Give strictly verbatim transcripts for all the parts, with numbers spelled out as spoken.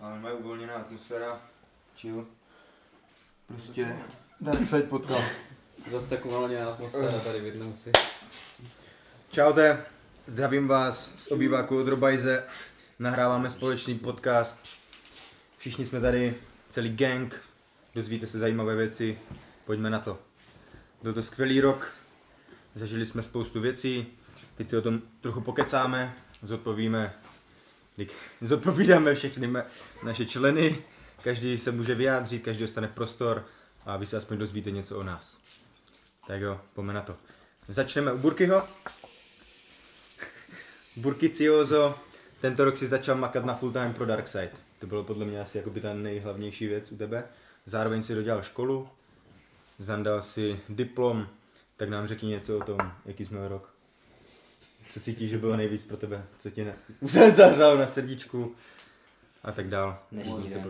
Ale mají uvolněná atmosféra, chill. Prostě Darkside podcast. Zase tak uvolněná atmosféra tady vidnou si. Čaute, zdravím vás z obýváku od Robajze. Nahráváme společný podcast. Všichni jsme tady, celý gang. Dozvíte se zajímavé věci. Pojďme na to. Byl to skvělý rok. Zažili jsme spoustu věcí. Teď si o tom trochu pokecáme. Zodpovíme, zodpovídáme všechny naše členy. Každý se může vyjádřit, každý dostane prostor a vy se aspoň dozvíte něco o nás. Tak jo, pojďme na to. Začneme u Burkyho. Burky Ciozo tento rok si začal makat na full time pro Darkside. To bylo podle mě asi jakoby ta nejhlavnější věc u tebe. Zároveň si dodělal školu, zandal si diplom, tak nám řekni něco o tom, jaký jsme rok. Co cítíš, že bylo nejvíc pro tebe, co tě ne... zahřálo na srdíčku a tak dál. Dnešní se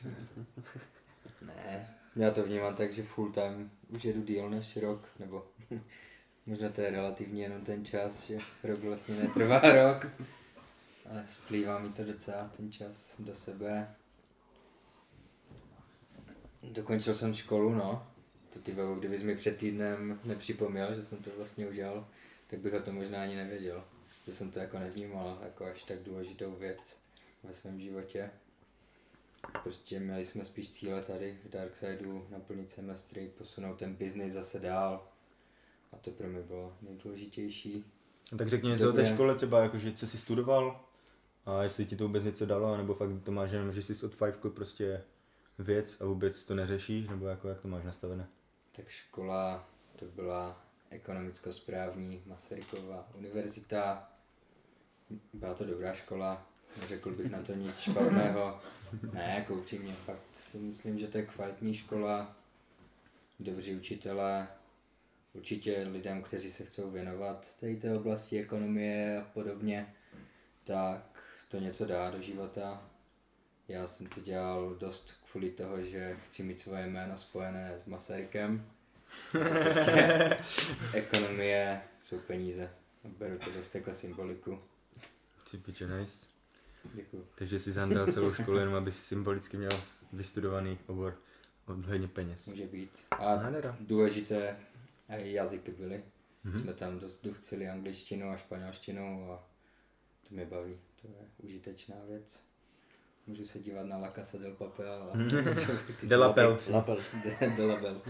Ne, já to vnímám tak, že full time už jedu díl než rok, nebo možná to je relativně jenom ten čas, že rok vlastně netrvá rok, ale splývá mi to docela ten čas do sebe. Dokončil jsem školu, no, to ty babo, kdybys mi před týdnem nepřipomněl, že jsem to vlastně udělal, tak bych o tom možná ani nevěděl, že jsem to jako nevnímal jako až tak důležitou věc ve svém životě. Prostě měli jsme spíš cíle tady v Darksideu, naplnit semestry, posunout ten biznis zase dál a to pro mě bylo nejdůležitější. Tak řekni něco Dobře. O té škole třeba, jakože co jsi studoval a jestli ti to vůbec něco dalo, nebo fakt to máš jenom, že jsi od fajfku prostě věc a vůbec to neřešíš, nebo jako, jak to máš nastavené? Tak škola to byla ekonomicko-správní Masarykova univerzita, byla to dobrá škola. Neřekl bych na to nic špatného. Ne, jako upřímně, fakt si myslím, že to je kvalitní škola, dobří učitelé, určitě lidem, kteří se chcou věnovat tady té oblasti ekonomie a podobně, tak to něco dá do života. Já jsem to dělal dost kvůli toho, že chci mít svoje jméno spojené s Masarykem. Prostě ekonomie jsou peníze. Beru to dost jako symboliku. Ty piče, nice. Děkuju. Takže jsi zandal celou školu, jenom aby si symbolicky měl vystudovaný obor ohledně peněz. Může být. A Nádhera. Důležité i jazyky byly. Mm-hmm. Jsme tam dost duchcili angličtinu a španělštinu a to mě baví. To je užitečná věc. Můžu se dívat na La Casa del Papel a... De la Pel. De la Bel.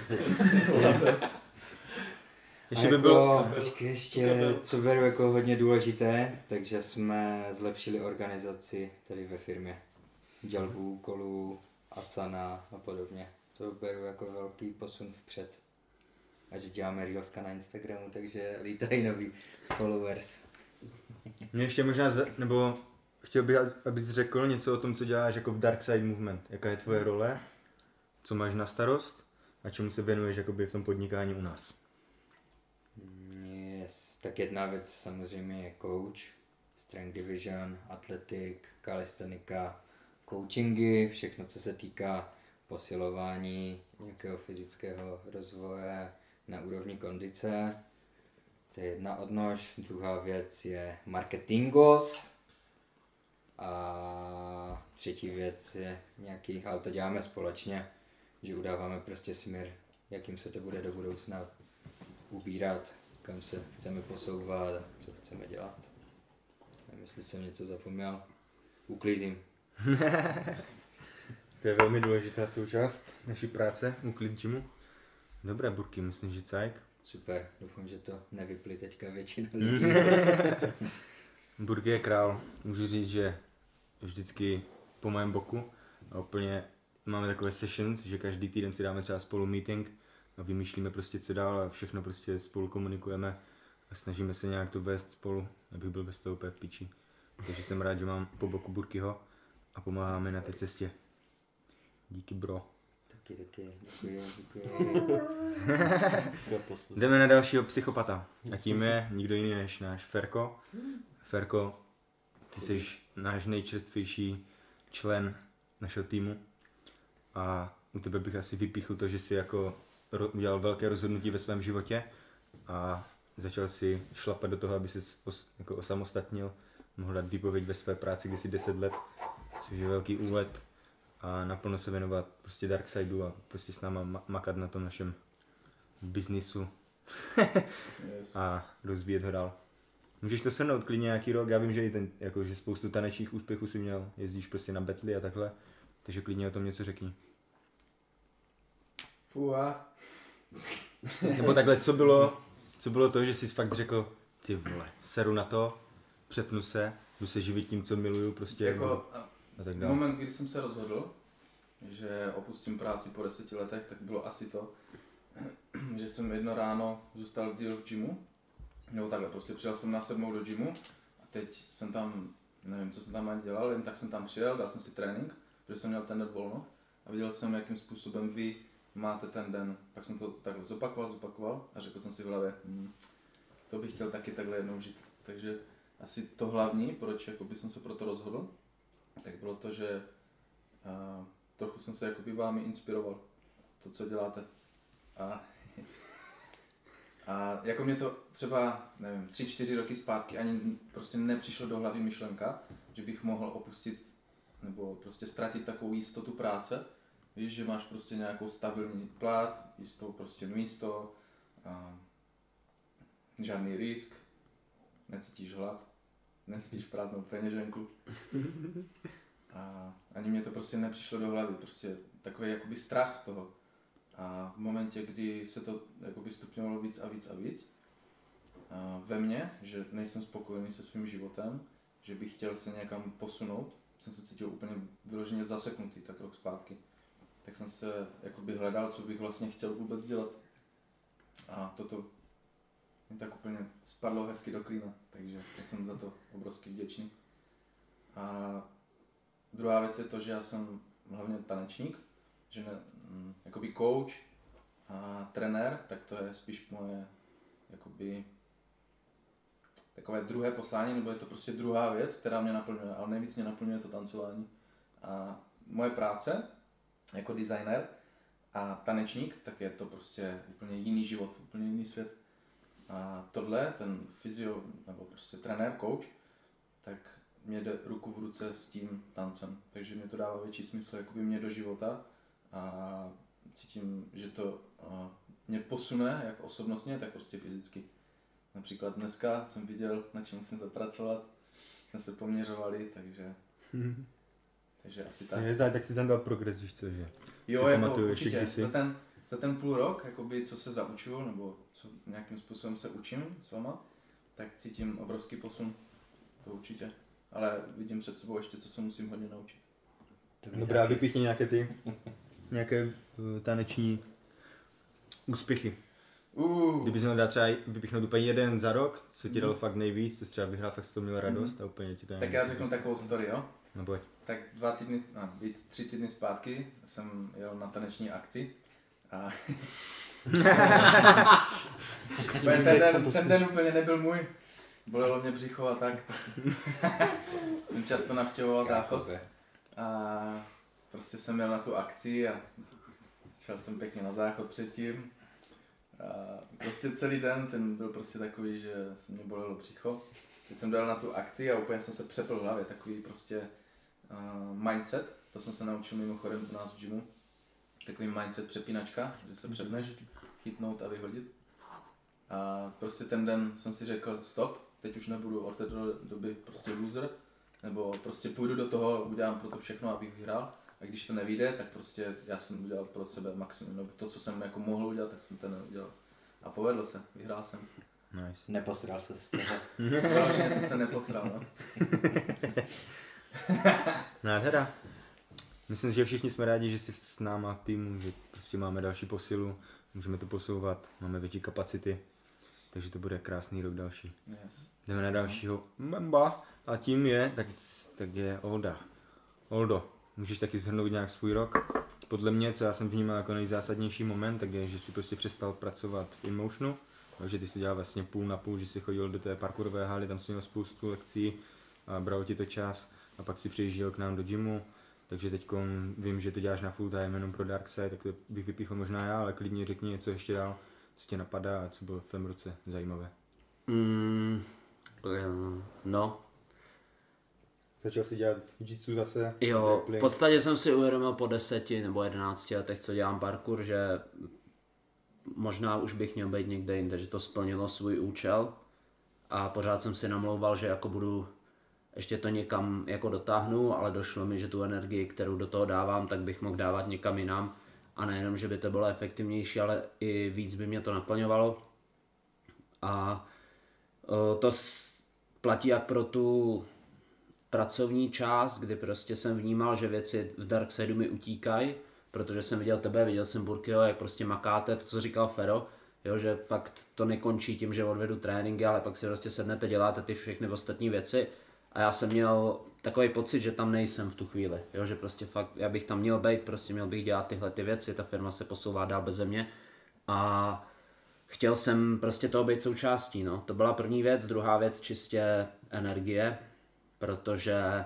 Ještě by jako, bylo... Počkej, ještě, co beru jako hodně důležité, takže jsme zlepšili organizaci tady ve firmě. Dělbu úkolů, Asana a podobně. To beru jako velký posun vpřed. A že děláme reelska na Instagramu, takže lítají noví followers. Mě ještě možná, z... nebo chtěl bych, abys řekl něco o tom, co děláš jako v Darkside Movement. Jaká je tvoje role, co máš na starost a čemu se věnuješ jakoby v tom podnikání u nás. Yes. Tak jedna věc samozřejmě je coach, strength division, athletic, kalistenika, coachingy, všechno co se týká posilování, nějakého fyzického rozvoje na úrovni kondice. To je jedna odnož, druhá věc je marketingos a třetí věc je nějaký, ale to děláme společně, že udáváme prostě směr, jakým se to bude do budoucna ubírat, kam se chceme posouvat a co chceme dělat. Nevím, jestli jsem něco zapomněl. Uklízím. To je velmi důležitá součást naší práce, uklid gymu. Dobré, Burky, myslím, že cajk. Super, doufám, že to nevyplí teďka většina lidí. Burky je král. Můžu říct, že vždycky po mém boku a úplně máme takové sessions, že každý týden si dáme třeba spolu meeting a vymýšlíme prostě co dál a všechno prostě spolu komunikujeme a snažíme se nějak to vést spolu, abych byl bez toho úplně v piči. Takže jsem rád, že mám po boku Burkyho a pomáháme na té cestě. Díky, bro. Taky, taky, děkuji, děkuji. Jdeme na dalšího psychopata a tím je nikdo jiný než náš Ferko. Ferko, ty jsi náš nejčerstvější člen našeho týmu a u tebe bych asi vypíchl to, že jsi jako udělal velké rozhodnutí ve svém životě a začal si šlapat do toho, aby se os, jako osamostatnil, mohl dát výpověď ve své práci kdysi deset let, což je velký úlet a naplno se věnovat prostě Darksideu a prostě s náma ma- makat na tom našem biznisu Yes. a rozvíjet ho dál. Můžeš to shrnout klidně nějaký rok, já vím, že i ten, jako, že spoustu tanečních úspěchů si měl, jezdíš prostě na betly a takhle, takže klidně o tom něco řekni. Fuha. Nebo takhle, co bylo, co bylo to, že jsi fakt řekl, ty vole, seru na to, přepnu se, jdu se živit tím, co miluju, prostě Jako, a a tak dále. moment, kdy jsem se rozhodl, že opustím práci po deseti letech, tak bylo asi to, že jsem jedno ráno zůstal díl v gymu, nebo takhle, prostě přijel jsem na sedmou do gymu a teď jsem tam, nevím, co jsem tam ani dělal, jen tak jsem tam přijel, dal jsem si trénink, protože jsem měl ten den volno a viděl jsem, jakým způsobem vy máte ten den. Pak jsem to takhle zopakoval, zopakoval a řekl jsem si v hlavě, hm, to bych chtěl taky takhle jednou žít. Takže asi to hlavní, proč jakoby jsem se pro to rozhodl, tak bylo to, že a, trochu jsem se jakoby vámi inspiroval, to, co děláte. A, a jako mě to třeba, nevím, tři, čtyři roky zpátky ani prostě nepřišlo do hlavy myšlenka, že bych mohl opustit nebo prostě ztratit takovou jistotu práce. Víš, že máš prostě nějakou stabilní plat, jistou prostě místo, a žádný risk, necítíš hlad, necítíš prázdnou peněženku. A ani mě to prostě nepřišlo do hlavy, prostě takový jakoby strach z toho. A v momentě, kdy se to jakoby stupňovalo víc a víc a víc, a ve mně, že nejsem spokojený se svým životem, že bych chtěl se někam posunout, jsem se cítil úplně vyloženě zaseknutý tak rok zpátky. Tak jsem se jakoby hledal, co bych vlastně chtěl vůbec dělat. A toto mě tak úplně spadlo hezky do klína, takže jsem za to obrovsky vděčný. A druhá věc je to, že já jsem hlavně tanečník, že ne, hm, jakoby coach a trenér, tak to je spíš moje jakoby takové druhé poslání, nebo je to prostě druhá věc, která mě naplňuje, ale nejvíc mě naplňuje to tancování. A moje práce jako designer a tanečník, tak je to prostě úplně jiný život, úplně jiný svět. A tohle, ten fyzio, nebo prostě trenér, coach, tak mě jde ruku v ruce s tím tancem. Takže mě to dává větší smysl jakoby mě do života a cítím, že to uh, mě posune jak osobnostně, tak prostě fyzicky. Například dneska jsem viděl, na čem musím zapracovat, jsme se poměřovali, takže, takže asi tak. Je, tak si tam dal progres, víš co, že? Jo, si jako pamatuju, určitě, ještě kdysi. za ten, za ten půl rok, jakoby, co se zaučuju, nebo co nějakým způsobem se učím s váma, tak cítím obrovský posun, to určitě. Ale vidím před sebou ještě, co se musím hodně naučit. Dobrá, vypíchni nějaké ty, nějaké uh, taneční úspěchy. Uh, Kdybys měl dát třeba vypíchnout úplně jeden za rok, co ti dalo fakt nejvíc, co jsi třeba vyhrál, fakt z toho měl radost a úplně ti to... tak já řeknu takovou story, jo? No pojď. Tak dva týdny, no, víc, tři týdny zpátky jsem jel na taneční akci a ten, den, ten den úplně nebyl můj, bolelo mě břicho a tak. Jsem často navštěvoval záchod a prostě jsem jel na tu akci a šel jsem pěkně na záchod předtím. A prostě celý den ten byl prostě takový, že se mě bolelo břicho. Teď jsem dal na tu akci a úplně jsem se přepl v hlavě, takový prostě uh, mindset, to jsem se naučil mimochodem u nás v gymu. Takový mindset přepínačka, že se přepneš, chytnout a vyhodit. A prostě ten den jsem si řekl stop, teď už nebudu od té doby prostě loser, nebo prostě půjdu do toho, udělám pro to všechno, abych vyhrál. A když to nevyjde, tak prostě já jsem udělal pro sebe maximum, nebo to, co jsem jako mohl udělat, tak jsem to neudělal. A povedlo se, vyhrál jsem. Nice. Neposral se z toho. Vážně jsem se neposral, no. Nádhera. Myslím si, že všichni jsme rádi, že jsi s náma v týmu, že prostě máme další posilu, můžeme to posouvat, máme větší kapacity, takže to bude krásný rok další. Yes. Jdeme na dalšího memba a tím je, tak, tak je Olda. Oldo, můžeš taky shrnout nějak svůj rok? Podle mě, co já jsem vnímal jako nejzásadnější moment, tak je, že jsi prostě přestal pracovat v InMotionu, že ty jsi dělal vlastně půl na půl, že jsi chodil do té parkourové haly, tam jsi měl spoustu lekcí a bralo ti to čas a pak si přijížděl k nám do gymu, takže teď vím, že to děláš na full time jenom pro Darkside, tak to bych vypíchl možná já, ale klidně řekni něco ještě dál, co tě napadá a co bylo v tom roce zajímavé. Mm, no, Začal si dělat jitsu zase? Jo, grappling? v podstatě jsem si uvědomil po deseti nebo jedenácti letech, co dělám parkour, že možná už bych měl být někde jinde, že to splnilo svůj účel a pořád jsem si namlouval, že jako budu ještě to někam jako dotáhnu, ale došlo mi, že tu energii, kterou do toho dávám, tak bych mohl dávat někam jinam a nejenom, že by to bylo efektivnější, ale i víc by mě to naplňovalo a to platí jak pro tu pracovní část, kdy prostě jsem vnímal, že věci v Darksidu mi utíkají, protože jsem viděl tebe, viděl jsem Burkyho, jak prostě makáte, to co říkal Fero, jo, že fakt to nekončí tím, že odvedu tréninky, ale pak si prostě sednete, děláte ty všechny ostatní věci a já jsem měl takový pocit, že tam nejsem v tu chvíli, jo, že prostě fakt, já bych tam měl být, prostě měl bych dělat tyhle ty věci, ta firma se posouvá dál beze mě a chtěl jsem prostě toho být součástí, no, to byla první věc, druhá věc čistě energie, protože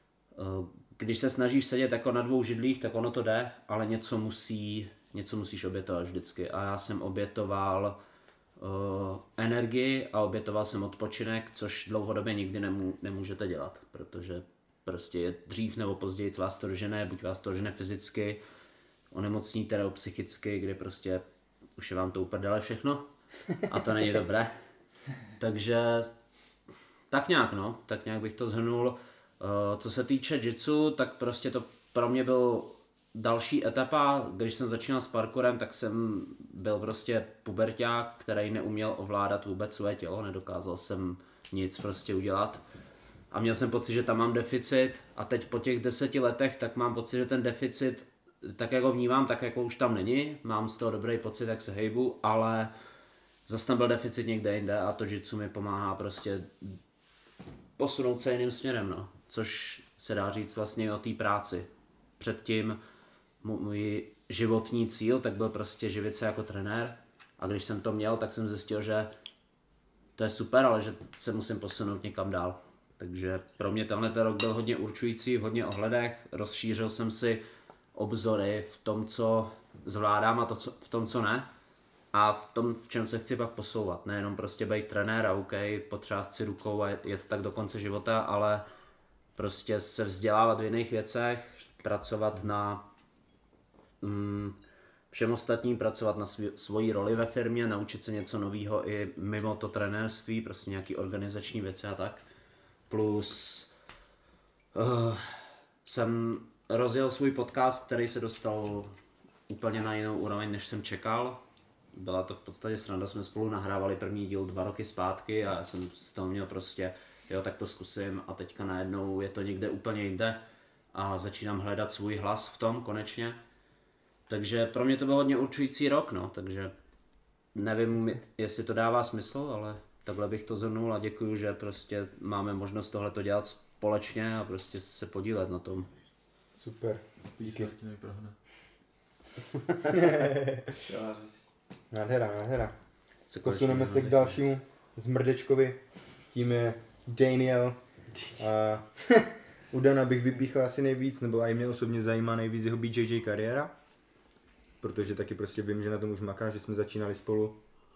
když se snažíš sedět jako na dvou židlích, tak ono to jde, ale něco musí, něco musíš obětovat vždycky. A já jsem obětoval uh, energii a obětoval jsem odpočinek, což dlouhodobě nikdy nemů, nemůžete dělat, protože prostě je dřív nebo později vás to dožene, buď vás to dožene fyzicky, onemocníte nebo psychicky, kdy prostě už je vám to uprdele všechno a to není dobré. Takže tak nějak no, tak nějak bych to shrnul. Uh, co se týče jitsu, tak prostě to pro mě byl další etapa. Když jsem začínal s parkourem, tak jsem byl prostě puberťák, který neuměl ovládat vůbec své tělo, nedokázal jsem nic prostě udělat. A měl jsem pocit, že tam mám deficit a teď po těch deseti letech tak mám pocit, že ten deficit, tak jak ho vnímám, tak jako už tam není. Mám z toho dobrý pocit, jak se hejbu, ale zase tam byl deficit někde jinde a to jitsu mi pomáhá prostě posunout se jiným směrem, no. Což se dá říct vlastně o té práci. Předtím můj životní cíl tak byl prostě živit se jako trenér a když jsem to měl, tak jsem zjistil, že to je super, ale že se musím posunout někam dál. Takže pro mě tenhle rok byl hodně určující v hodně ohledech, rozšířil jsem si obzory v tom, co zvládám a to, co, v tom, co ne. A v tom, v čem se chci pak posouvat. Nejenom prostě být trenér a OK, potřást si rukou a je to tak do konce života, ale prostě se vzdělávat v jiných věcech, pracovat na mm, všem ostatním, pracovat na svý, svojí roli ve firmě, naučit se něco nového i mimo to trenérství, prostě nějaký organizační věci a tak. Plus uh, jsem rozjel svůj podcast, který se dostal úplně na jinou úroveň, než jsem čekal. Byla to v podstatě sranda, jsme spolu nahrávali první díl dva roky zpátky a já jsem z toho měl prostě, jo, tak to zkusím a teďka najednou je to někde úplně jinde a začínám hledat svůj hlas v tom konečně. Takže pro mě to byl hodně určující rok, no, takže nevím, jestli to dává smysl, ale takhle bych to zhrnul a děkuju, že prostě máme možnost tohleto dělat společně a prostě se podílet na tom. Super. Díky. Ti nevyprahne. Nádhera, nádhera. Se Posuneme se k dalšímu zmrdečkovi. Tím je Daniel. A u Dana bych vypíchl asi nejvíc, nebo i mě osobně zajímá nejvíc jeho B J J kariéra. Protože taky prostě vím, že na tom už maká, že jsme začínali spolu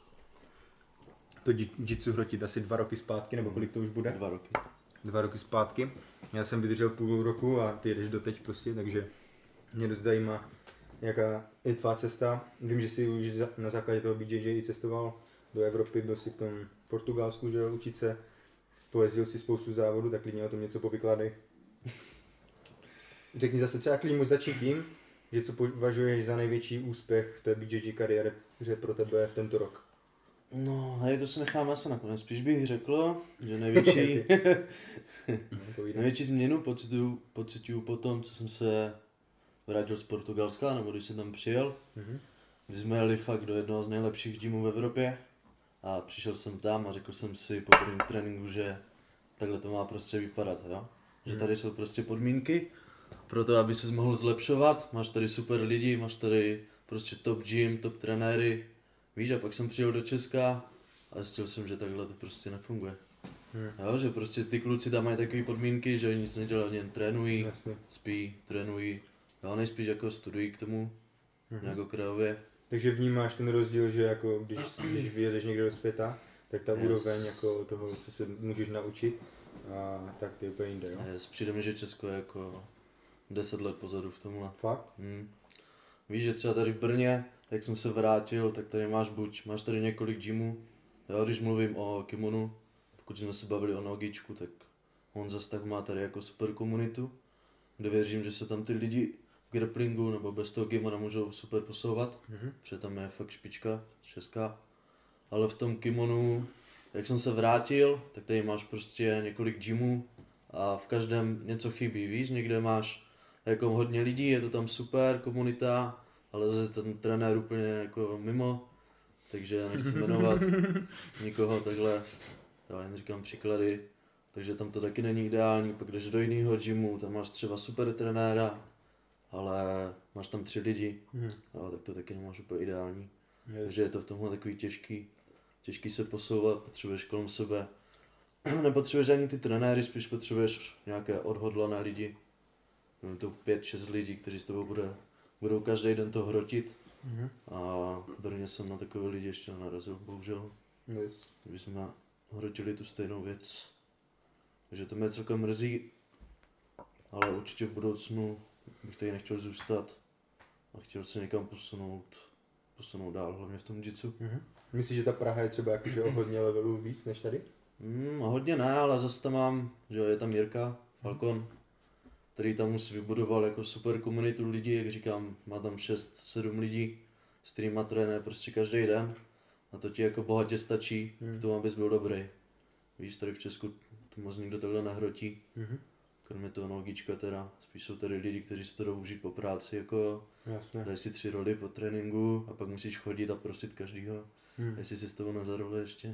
to jitsu hrotit asi dva roky zpátky, nebo kolik to už bude? Dva roky. Dva roky zpátky. Já jsem vydržel půl roku a ty jedeš doteď prostě, takže mě dost zajímá, jaká je tvá cesta. Vím, že jsi už na základě toho B J J cestoval do Evropy, byl jsi v tom Portugalsku, že jo, učit se. Pojezdil si spoustu závodů, tak klidně o tom něco povykládej. Řekni zase třeba klidně začít tím, že co považuješ za největší úspěch v té B J J kariéře pro tebe v tento rok. No, hej, to se necháme asi nakonec. Spíš bych řekl, že největší, největší změnu pocituju, pocituju po tom, co jsem se vrátil z Portugalska, nebo když jsem tam přijel. Mm-hmm. Kdy jsme jeli fakt do jednoho z nejlepších gymů v Evropě a přišel jsem tam a řekl jsem si po prvním tréninku, že takhle to má prostě vypadat, jo? Že tady jsou prostě podmínky pro to, aby ses mohl zlepšovat, máš tady super lidi, máš tady prostě top gym, top trenéry, víš, a pak jsem přijel do Česka a zjistil jsem, že takhle to prostě nefunguje. Hmm. Jo, že prostě ty kluci tam mají takové podmínky, že nic nedělají, jen trénují, Jasně. spí, trénují, jo, nejspíš jako studují k tomu, Mhm. nějak okrajově. Takže vnímáš ten rozdíl, že jako když, když vyjedeš někde do světa, tak ta Yes. úroveň jako toho, co se můžeš naučit, a tak ty úplně jinde, jo? A jest, přijde mi, že Česko je jako deset let pozadu v tomhle. Fakt? Hmm. Víš, že třeba tady v Brně, jak jsem se vrátil, tak tady máš buď, máš tady několik gymů. Já když mluvím o kimonu, pokud jsme se bavili o nogičku, tak on zase tak má tady jako super komunitu, kde věřím, že se tam ty lidi v grapplingu nebo bez toho kimona můžou super posouvat, Mhm. protože tam je fakt špička česká. Ale v tom kimonu, jak jsem se vrátil, tak tady máš prostě několik gymů a v každém něco chybí, víš, někde máš jako hodně lidí, je to tam super komunita, ale zase ten trenér úplně jako mimo, takže já nechci jmenovat nikoho takhle, já jen říkám příklady, takže tam to taky není ideální, pak jdeš do jiného gymu, tam máš třeba super trenéra, ale máš tam tři lidi, Mhm. jo, tak to taky nemáš úplně ideální, Yes. takže je to v tomhle takový těžký, těžký se posouvat, potřebuješ kolem sebe, nepotřebuješ ani ty trenéry, spíš potřebuješ nějaké odhodlané lidi, no, to pět, šest lidí, kteří s tebou bude, budou každý den to hrotit. Mhm. A v Brně jsem na takové lidi ještě narazil, bohužel. Yes. Kdyby jsme hrotili tu stejnou věc. Takže to mě celkem mrzí, ale určitě v budoucnu bych tady nechtěl zůstat a chtěl se někam posunout, posunout dál, hlavně v tom jitsu. Mhm. Myslíš, že ta Praha je třeba jakože o hodně levelů víc než tady? Hmm, hodně ne, ale zase tam mám, že jo, je tam Jirka Falcon, který tam už vybudoval jako super komunitu lidí, jak říkám, má tam šest sedm lidí, s kterýma trénuje prostě každý den. A to ti jako bohatě stačí Hmm. k tomu, abys byl dobrý. Víš, tady v Česku to moc nikdo takhle nehrotí. Mhm. Kromě toho nogička teda, spíš jsou tady lidi, kteří si to jdou užít po práci, jako Jasně. dají si tři roly po tréninku a pak musíš chodit a prosit každýho, Hmm. jestli si s tebou nezarole ještě.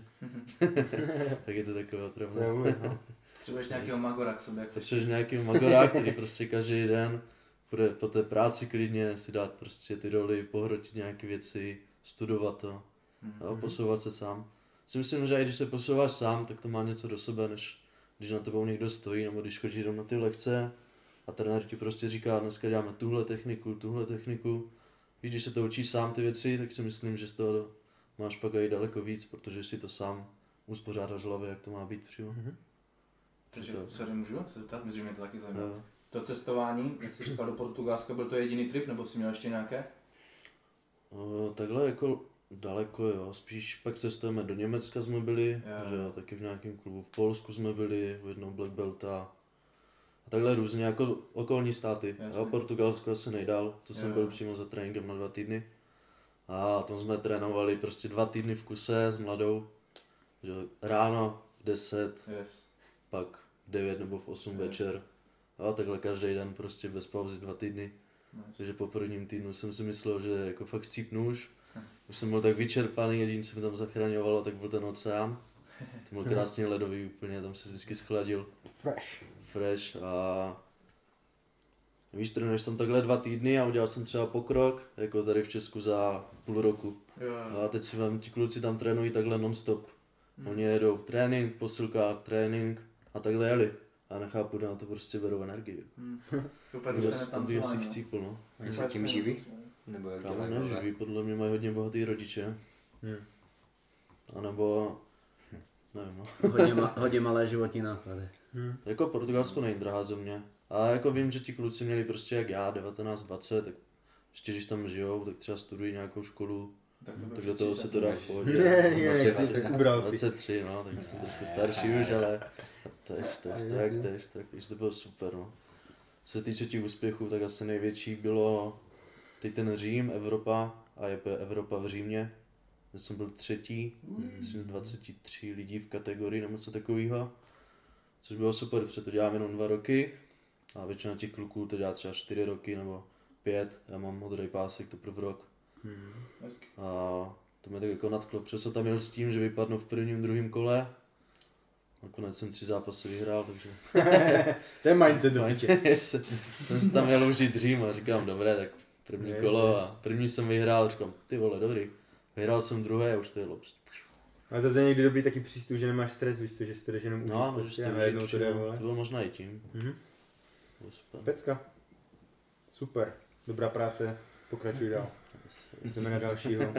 Tak je to taková To trávna. je vůbec, no. Potřebuješ nějakého magora k sobě, jak chceš. Potřebuješ nějaký magora, který prostě každý den bude po té práci klidně si dát prostě ty roly, pohrotit nějaké věci, studovat to, jo, posouvat se sám. Si myslím, že i když se posouváš sám, tak to má něco do sebe, než když na tebou někdo stojí, nebo když chodíš jenom na ty lekce a trenér ti prostě říká, dneska děláme tuhle techniku, tuhle techniku. Víš, když se to učíš sám ty věci, tak si myslím, že z toho máš pak i daleko víc, protože si to sám uspořádáš v hlavě, jak to má být přímo. Takže, To- sorry, můžu se zeptat? Myslím, že mě to taky zajímá. Jo. To cestování, jak jsi říkal do Portugalska, byl to jediný trip, nebo jsi měl ještě nějaké? O, takhle jako daleko jo, spíš pak cestujeme do Německa jsme byli, Jo. že jo, taky v nějakém klubu v Polsku jsme byli, u jednoho Black Belta. A takhle různě jako okolní státy, Jasně. jo, Portugalsko asi nejdál, to jsem Jo. byl přímo za tréninkem na dva týdny. A tam jsme trénovali prostě dva týdny v kuse s mladou, že jo, ráno v deset, Yes. pak v devět nebo v osm Yes. večer. A takhle každý den prostě bez pauzy dva týdny. Nice. Takže po prvním týdnu jsem si myslel, že jako fakt cípnu už. Už jsem byl tak vyčerpaný, jediný, co mi tam zachraňovalo, tak byl ten oceán. Ten byl krásně ledový úplně, tam se vždycky schladil. Fresh. Fresh a víš, trénuješ tam takhle dva týdny a udělal jsem třeba pokrok, jako tady v Česku za půl roku. Jo, jo. A teď si vám ti kluci tam trénují takhle non-stop. Oni jedou trénink, posilka, trénink a takhle jeli. A nechápu, kde na to prostě berou energii. Hmm. Úplně To to je se tam ty asi netancování. chcípl, no. Oni se tím živí? Nebo jak Kámo dělají tohle? neživí, podle mě mají hodně bohatý rodiče. Hmm. A nebo, nevím no. Hodně, ma, hodně malé životní náklady. Hmm. Jako Portugalsko není drahá země. A jako vím, že ti kluci měli prostě jak já, devatenáct dvacet, tak ještě když tam žijou, tak třeba studují nějakou školu, Tak to tak do toho se to dá v pohodě. Ne, ne, dvacet ne, tři, ubral si. dvacet tři, no, tak jsem trošku starší už, ale tež, tež, tak, tež, tak, takže to bylo super, no. Co se týče těch úspěchů, tak asi největší bylo teď ten Řím, Evropa, a je Evropa v Římě, kde jsem byl třetí, myslím dvacet tři lidí v kategorii nebo co takového, což bylo super, protože to dělám jenom dva roky a většina těch kluků to dělá třeba čtyři roky nebo pět, já mám modrý pásek teprve rok. Hezky. A to mě tak jako nadchlo, přesto tam jel s tím, že vypadnu v prvním, druhém kole. Nakonec jsem tři zápasy vyhrál, takže To je mindset do piče. jsem jsem si tam měl užít Řím a říkám, dobré, tak první Yes, kolo yes. a první jsem vyhrál, říkám, ty vole, dobrý. Vyhrál jsem druhé a už to jelo. Prostě. A to je někdy dobrý taky přístup, že nemáš stres, víš co, že si to jdeš jenom užít No, prostě můžeš a to najednou užít to jde, přímo. vole. To bylo možná i tím. Mhm. Bylo super. Pecka. Super. Dobrá práce. Pokračuj dál. Jdeme na dalšího.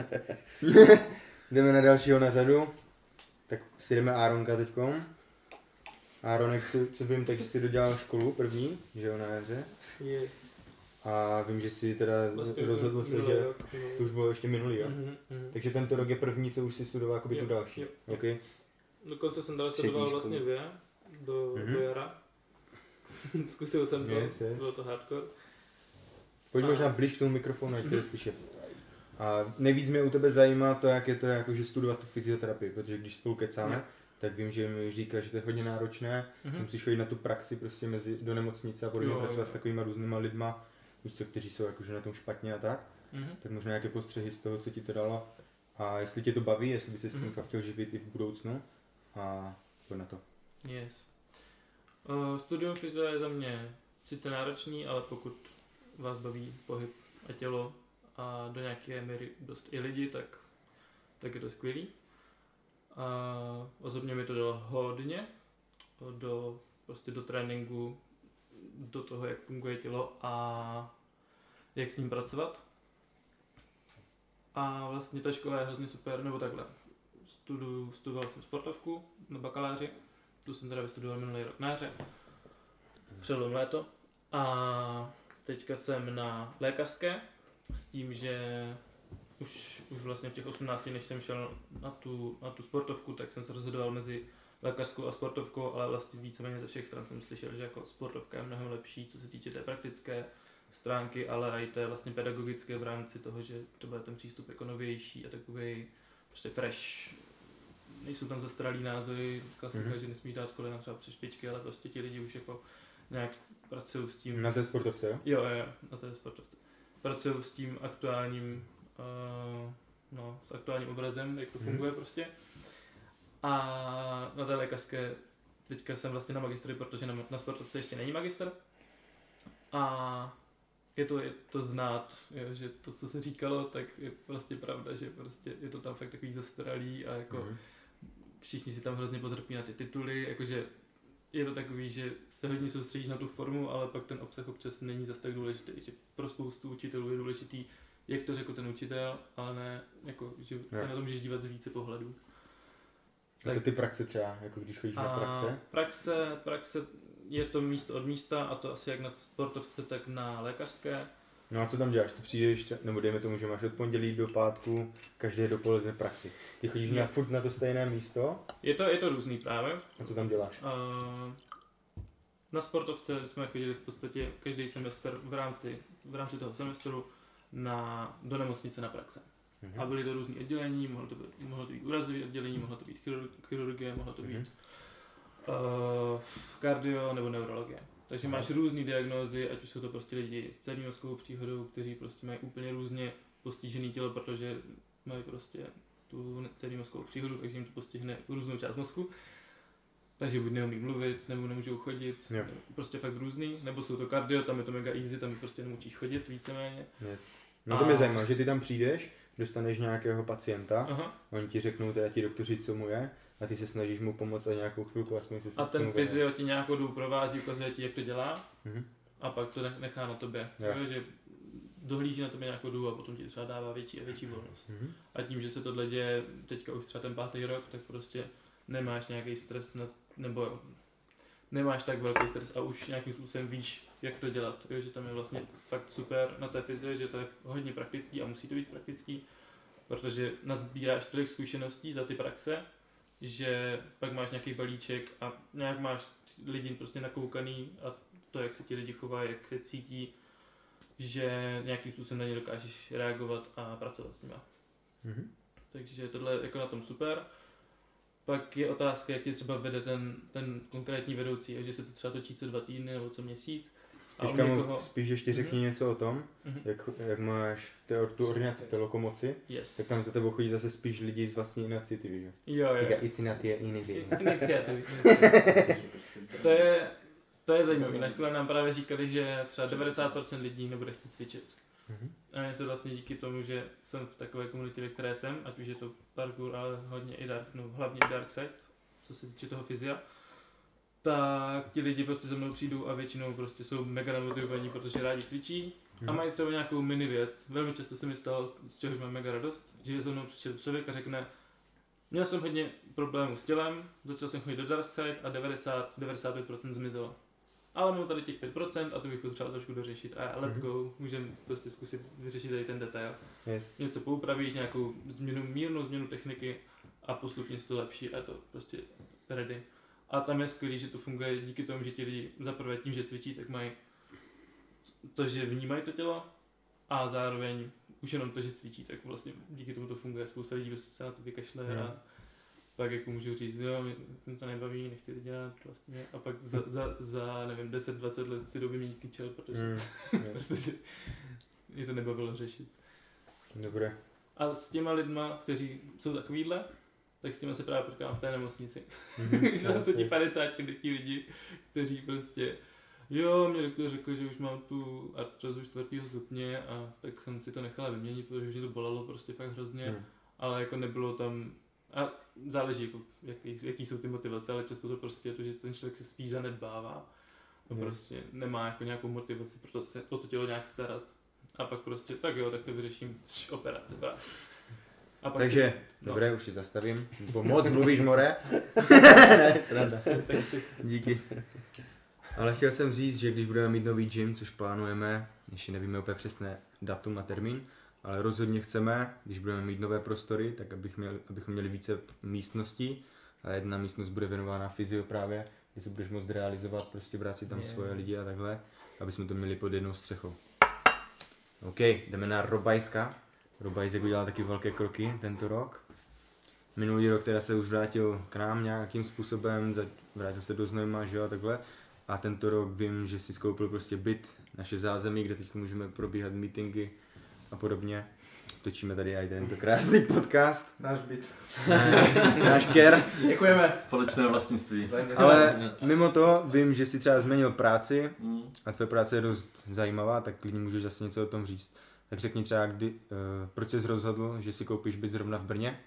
Jdeme na dalšího na řadu. Tak si jdeme Aaronka teďkom. A Ronek, co, co vím, takže jsi dodělal školu první, že jo, na jaře. Yes. A vím, že jsi teda Vlastně rozhodl už se, minulý že rok, minulý. to už bylo ještě minulý, jo? Mhm, mhm. Takže tento rok je první, co už si studoval, jako by tu Jo, další. jo, Okay. Dokonce jsem dal Střední studoval školu. vlastně dvě, do, Mhm. do jara. Zkusil jsem to, Yes, yes. bylo to hardcore. Pojď možná blíž k tomu mikrofonu, ať to je slyšet. A nejvíc mě u tebe zajímá to, jak je to jakože studovat tu fyzioterapii, protože když spolu kecáme, Jo. tak vím, že mi říká, že to je hodně náročné, Mhm. musíš chodit na tu praxi prostě mezi, do nemocnice a podobně Jo, pracovat jo. s takovýma různýma lidma, víš co, kteří jsou jakože na tom špatně a tak. Mhm. Tak možná nějaké postřehy z toho, co ti to dalo. A jestli tě to baví, jestli by se s tím Mhm. fakt chtěl živit i v budoucnu. A pojď na to. Yes. Uh, studium fyzio je za mě sice náročný, ale pokud vás baví pohyb a tělo a do nějaké míry dost i lidi, tak, tak je to skvělý. A osobně mi to dalo hodně do, prostě do tréninku, do toho, jak funguje tělo a jak s ním pracovat. A vlastně ta škola je hrozně super, nebo takhle. Studu, studoval jsem sportovku na bakaláři, tu jsem teda vystudoval minulý rok na jaře, přelom léto. A teďka jsem na lékařské s tím, že už, už vlastně v těch osmnácti, než jsem šel na tu, na tu sportovku, tak jsem se rozhodoval mezi lékařskou a sportovkou, ale vlastně víceméně ze všech stran jsem slyšel, že jako sportovka je mnohem lepší, co se týče té praktické stránky, ale i té vlastně pedagogické v rámci toho, že třeba je ten přístup jako novější a takový prostě fresh. Nejsou tam zastaralý názory, klasika, Mhm. že nesmí dát kolena třeba přes špičky, ale prostě ti lidi už jako nějak pracují s tím. Na té sportovce, jo? Jo, jo, na té sportovce. Pracují s tím aktuálním, uh, no, s aktuálním obrazem, jak to Mhm. funguje prostě. A na té lékařské teďka jsem vlastně na magistry, protože na, na sportovce ještě není magistr. A je to, je to znát, jo, že to, co se říkalo, tak je prostě pravda, že prostě je to tam fakt takový zastaralý a jako Mhm. všichni si tam hrozně potrpí na ty tituly, jakože je to takový, že se hodně soustředíš na tu formu, ale pak ten obsah občas není zas tak důležitý, že pro spoustu učitelů je důležitý, jak to řekl ten učitel, ale ne, jako, že se Jo. na to můžeš dívat z více pohledů. A co ty praxe třeba, jako když chodíš na praxe? praxe, praxe je to místo od místa a to asi jak na sportovce, tak na lékařské. No a co tam děláš? Ty přijdeš, nebo dejme tomu, že máš od pondělí do pátku každé dopoledne praxi. Ty chodíš na, Jo. furt na to stejné místo Je to, je to různý právě. a co tam děláš? Uh, na sportovce jsme chodili v podstatě každý semestr v rámci, v rámci toho semestru na, do nemocnice na praxe. Mhm. A byly to různé oddělení, mohlo to být, mohlo to být úrazové oddělení, mohlo to být chirur- chirurgie, mohlo to být Mhm. uh, kardio nebo neurologie. Takže máš různé diagnózy, ať už jsou to prostě lidi s cévní mozkovou příhodou, kteří prostě mají úplně různě postižený tělo, protože mají prostě tu cévní mozkovou příhodu, takže jim to postihne různou část mozku. Takže buď neumí mluvit, nebo nemůžou chodit, Jo. nebo prostě fakt různý, nebo jsou to kardio, tam je to mega easy, tam prostě nemusíš chodit víceméně. Yes. No to A- mě zajímá, že ty tam přijdeš, dostaneš nějakého pacienta, Aha. oni ti řeknou teda ti doktoři, co mu je, a ty se snažíš mu pomoct a nějakou chvilku aspoň se A co ten mu vede. fyzio ti nějakou dobu provází, ukazuje ti, jak to dělá, Mhm. a pak to nech- nechá na tobě. Jo. Jo, že dohlíží na tebe nějakou dobu a potom ti třeba dává větší a větší volnost. Mhm. A tím, že se tohle děje teďka už třeba ten pátý rok, tak prostě nemáš nějaký stres, nad, nebo nemáš tak velký stres a už nějakým způsobem víš, jak to dělat. Jo, že tam je vlastně fakt super na té fyzii, že to je hodně praktický a musí to být praktický, protože nazbíráš tolik zkušeností za ty praxe, že pak máš nějaký balíček a nějak máš lidi prostě nakoukaný a to, jak se ti lidi chovají, jak se cítí, že nějakým způsobem na ně dokážeš reagovat a pracovat s nimi. Mhm. Takže tohle je jako na tom super. Pak je otázka, jak ti třeba vede ten, ten konkrétní vedoucí, a že se to třeba točí co dva týdny nebo co měsíc. A Spíš, u kamo, někoho- spíš ještě řekni Mhm. něco o tom, Mhm. jak, jak máš v té, tu ordinaci v té lokomoci, Yes. tak tam za tebou chodí zase spíš lidi z vlastní iniciativy, že? Jo, jo. Říká, iniciativy, iniciativy. Iniciativy. iniciativy. To je, to je zajímavé. Na škole nám právě říkali, že třeba devadesát procent lidí nebude chtít cvičit. Mhm. A já se vlastně díky tomu, že jsem v takové komunitě, ve které jsem, ať už je to parkour, ale hodně i dark, no hlavně i dark side, co se týče toho fyzia, tak ti lidi prostě za mnou přijdou a většinou prostě jsou mega namotivovaní, protože rádi cvičí a Mhm. mají třeba nějakou mini věc. Velmi často se mi stalo, z čehož mám mega radost, že za mnou přišel člověk a řekne, Měl jsem hodně problémů s tělem, začal jsem chodit do Darkside a devadesát až devadesát pět procent zmizelo. Ale mám tady těch pět procent a to bych potřeboval trošku dořešit. A let's go, můžeme prostě zkusit vyřešit tady ten detail. Yes. Něco poupravíš, nějakou změnu, mírnou změnu techniky a postupně se to lepší a je to prostě ready. A tam je skvělý, že to funguje díky tomu, že ti lidi zaprvé tím, že cvičí, tak mají to, že vnímají to tělo a zároveň už jenom to, že cvičí, tak vlastně díky tomu to funguje. Spousta lidí se na to vykašle Hmm. a pak jako můžu říct, jo, mě to nebaví, nechci to dělat vlastně. A pak za, za, za nevím, deset dvacet let si jdou vyměnit kyčel, protože, Mm, yes. protože mě to nebavilo řešit. Dobré. A s těma lidma, kteří jsou takovýhle, tak s těma se právě potkám v té nemocnici. Mhm, Když yes, jsou ti yes. padesátiletí lidi, kteří prostě, jo, mě doktor řekl, že už mám tu artrozu čtvrtého stupně a tak jsem si to nechala vyměnit, protože už mě to bolelo prostě fakt hrozně, Mm. ale jako nebylo tam, a záleží, jako, jaký, jaký jsou ty motivace, ale často to prostě je to, že ten člověk se spíš zanedbává a Yes. prostě nemá jako nějakou motivaci, proto se o to tělo nějak starat. A pak prostě, tak jo, tak to vyřeším, Č, operace, práce. A pak Takže, si, no, dobré, už ti zastavím. Bo moc mluvíš, more. Ne, sranda. tak si, Díky. Ale chtěl jsem říct, že když budeme mít nový gym, což plánujeme, ještě nevíme úplně přesné datum a termín, ale rozhodně chceme, když budeme mít nové prostory, tak abych měl, abychom měli více místností. A jedna místnost bude věnována fyzio právě, kde se budeš moct realizovat, prostě brát si tam Yes. svoje lidi a takhle, aby jsme to měli pod jednou střechou. OK, jdeme na Robajska. Robajzek udělal taky velké kroky tento rok. Minulý rok teda se už vrátil k nám nějakým způsobem, za- vrátil se do Znojma, že jo, takhle. A tento rok vím, že si skoupil prostě byt, naše zázemí, kde teď můžeme probíhat meetingy a podobně. Točíme tady i tento krásný podcast. Náš byt. Náš ker. Děkujeme. Společné vlastnictví. Vzájemně Ale mimo to vím, že si třeba změnil práci Mm. a tvoje práce je dost zajímavá, tak klidně můžeš zase něco o tom říct. Tak řekni třeba, kdy, uh, proč jsi rozhodl, že si koupíš byt zrovna v Brně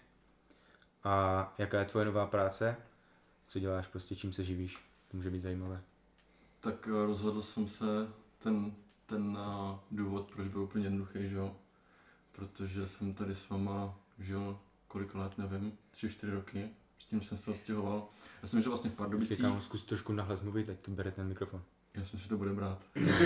a jaká je tvoje nová práce, co děláš prostě, čím se živíš, to může být zajímavé. Tak eh, rozhodl jsem se, ten, ten uh, důvod, proč byl úplně jednoduchý, že jo. Protože jsem tady s váma žil kolik let, nevím, tři, čtyři roky. Předtím jsem se odstěhoval. Já jsem žil vlastně v Pardubicích. Čekám, zkus trošku nahlas mluvit, ať to bere ten mikrofon. Já jsem si to bude brát.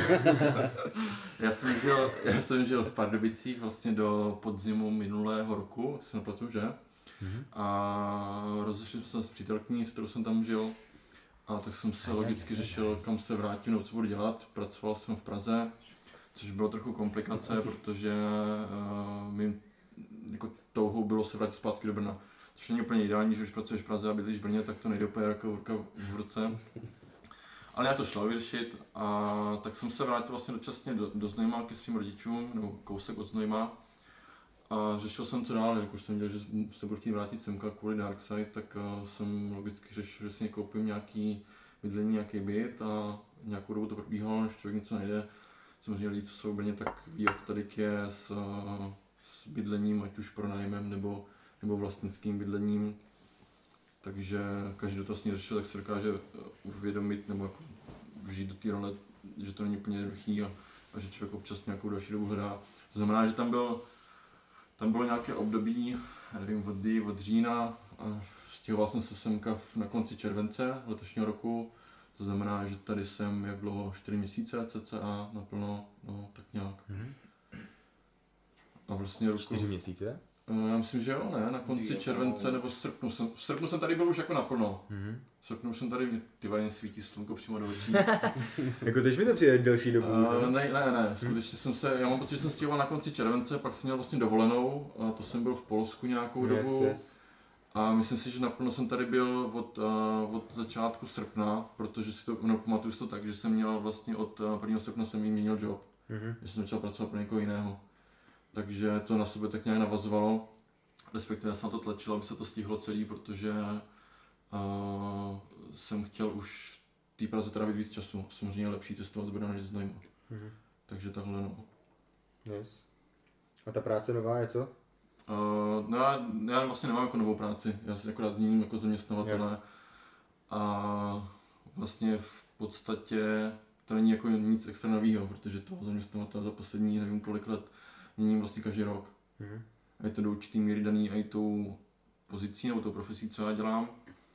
já, jsem žil, já jsem žil v Pardubicích vlastně do podzimu minulého roku, si nepletu, že? Mhm. A rozešli jsme se s přítelkyní, s kterou jsem tam žil. A tak jsem se logicky řešil, kam se vrátím, nebo co budu dělat. Pracoval jsem v Praze, což bylo trochu komplikace, protože uh, mým jako touhou bylo se vrátit zpátky do Brna. Což není úplně ideální, že když pracuješ v Praze a bydlíš v Brně, tak to nejde úplně jako ruka v ruce. Ale já to šlo vyřešit a tak jsem se vrátil vlastně dočasně do, do Znojma ke svým rodičům, nebo kousek od Znojma. A řešil jsem co dál, jakož jsem viděl, že se budu chtít vrátit semka kvůli Darkside, tak uh, jsem logicky řešil, že si koupím nějaký bydlení, nějaký byt a nějakou dobu to probíhalo, než člověk něco najde. Samozřejmě lidi, co jsou v Brně, tak ví, jak to tady je s, uh, s bydlením, ať už pronájmem nebo, nebo vlastnickým bydlením. Takže každý, kdo to vlastně řešil, tak se dokáže uvědomit nebo jako vžít do té role, že to není úplně jednoduchý a, a že člověk občas nějakou další dobu hledá. To znamená, že tam, byl, tam bylo nějaké období, já nevím, od, kdy, od října a stěhoval jsem se semka na konci července letošního roku. To znamená, že tady jsem jak dlouho, čtyři měsíce cca naplno, no tak nějak. Mhm. A vlastně ruku... Čtyři měsíce? Já myslím, že jo, ne, na konci Ty, července no. nebo v srpnu jsem, v srpnu jsem tady byl už jako naplno. Mhm. V srpnu jsem tady, ty vajen svítí slunko přímo do očí. Jako teď mi to přijde delší dobu. Uh, že? ne, ne, ne, skutečně jsem se, já mám pocit, že jsem stěhoval na konci července, pak jsem měl vlastně dovolenou, a to jsem byl v Polsku nějakou Yes, dobu. yes. A myslím si, že naplno jsem tady byl od, uh, od začátku srpna, protože si to, no, pamatuju si to tak, že jsem měl vlastně od uh, prvního srpna jsem vyměnil job, Mhm. že jsem začal pracovat pro někoho jiného. Takže to na sebe tak nějak navazovalo, respektive jsem na to tlačil, aby se to stihlo celý, protože uh, jsem chtěl už v té Praze trávit víc času. Samozřejmě je lepší cestovat z Brna než z Znojma. Mhm. Takže takhle no. Yes. A ta práce nová je co? Uh, no já, já vlastně nemám jako novou práci, já si akorát měním jako zaměstnavatele a vlastně v podstatě to není jako nic extra novýho, protože toho zaměstnavatele za poslední nevím kolik let měním vlastně každý rok. Mhm. A je to do určitý míry daný i tou pozicí nebo tou profesí, co já dělám.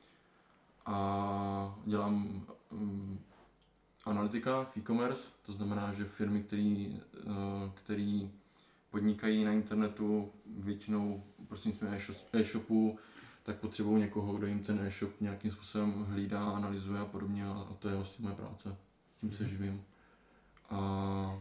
A dělám um, analytika v e-commerce, to znamená, že firmy, který, uh, který podnikají na internetu většinou prostřednictvím e-shopu, tak potřebují někoho, kdo jim ten e-shop nějakým způsobem hlídá, analyzuje a podobně a to je vlastně moje práce. Tím se živím. A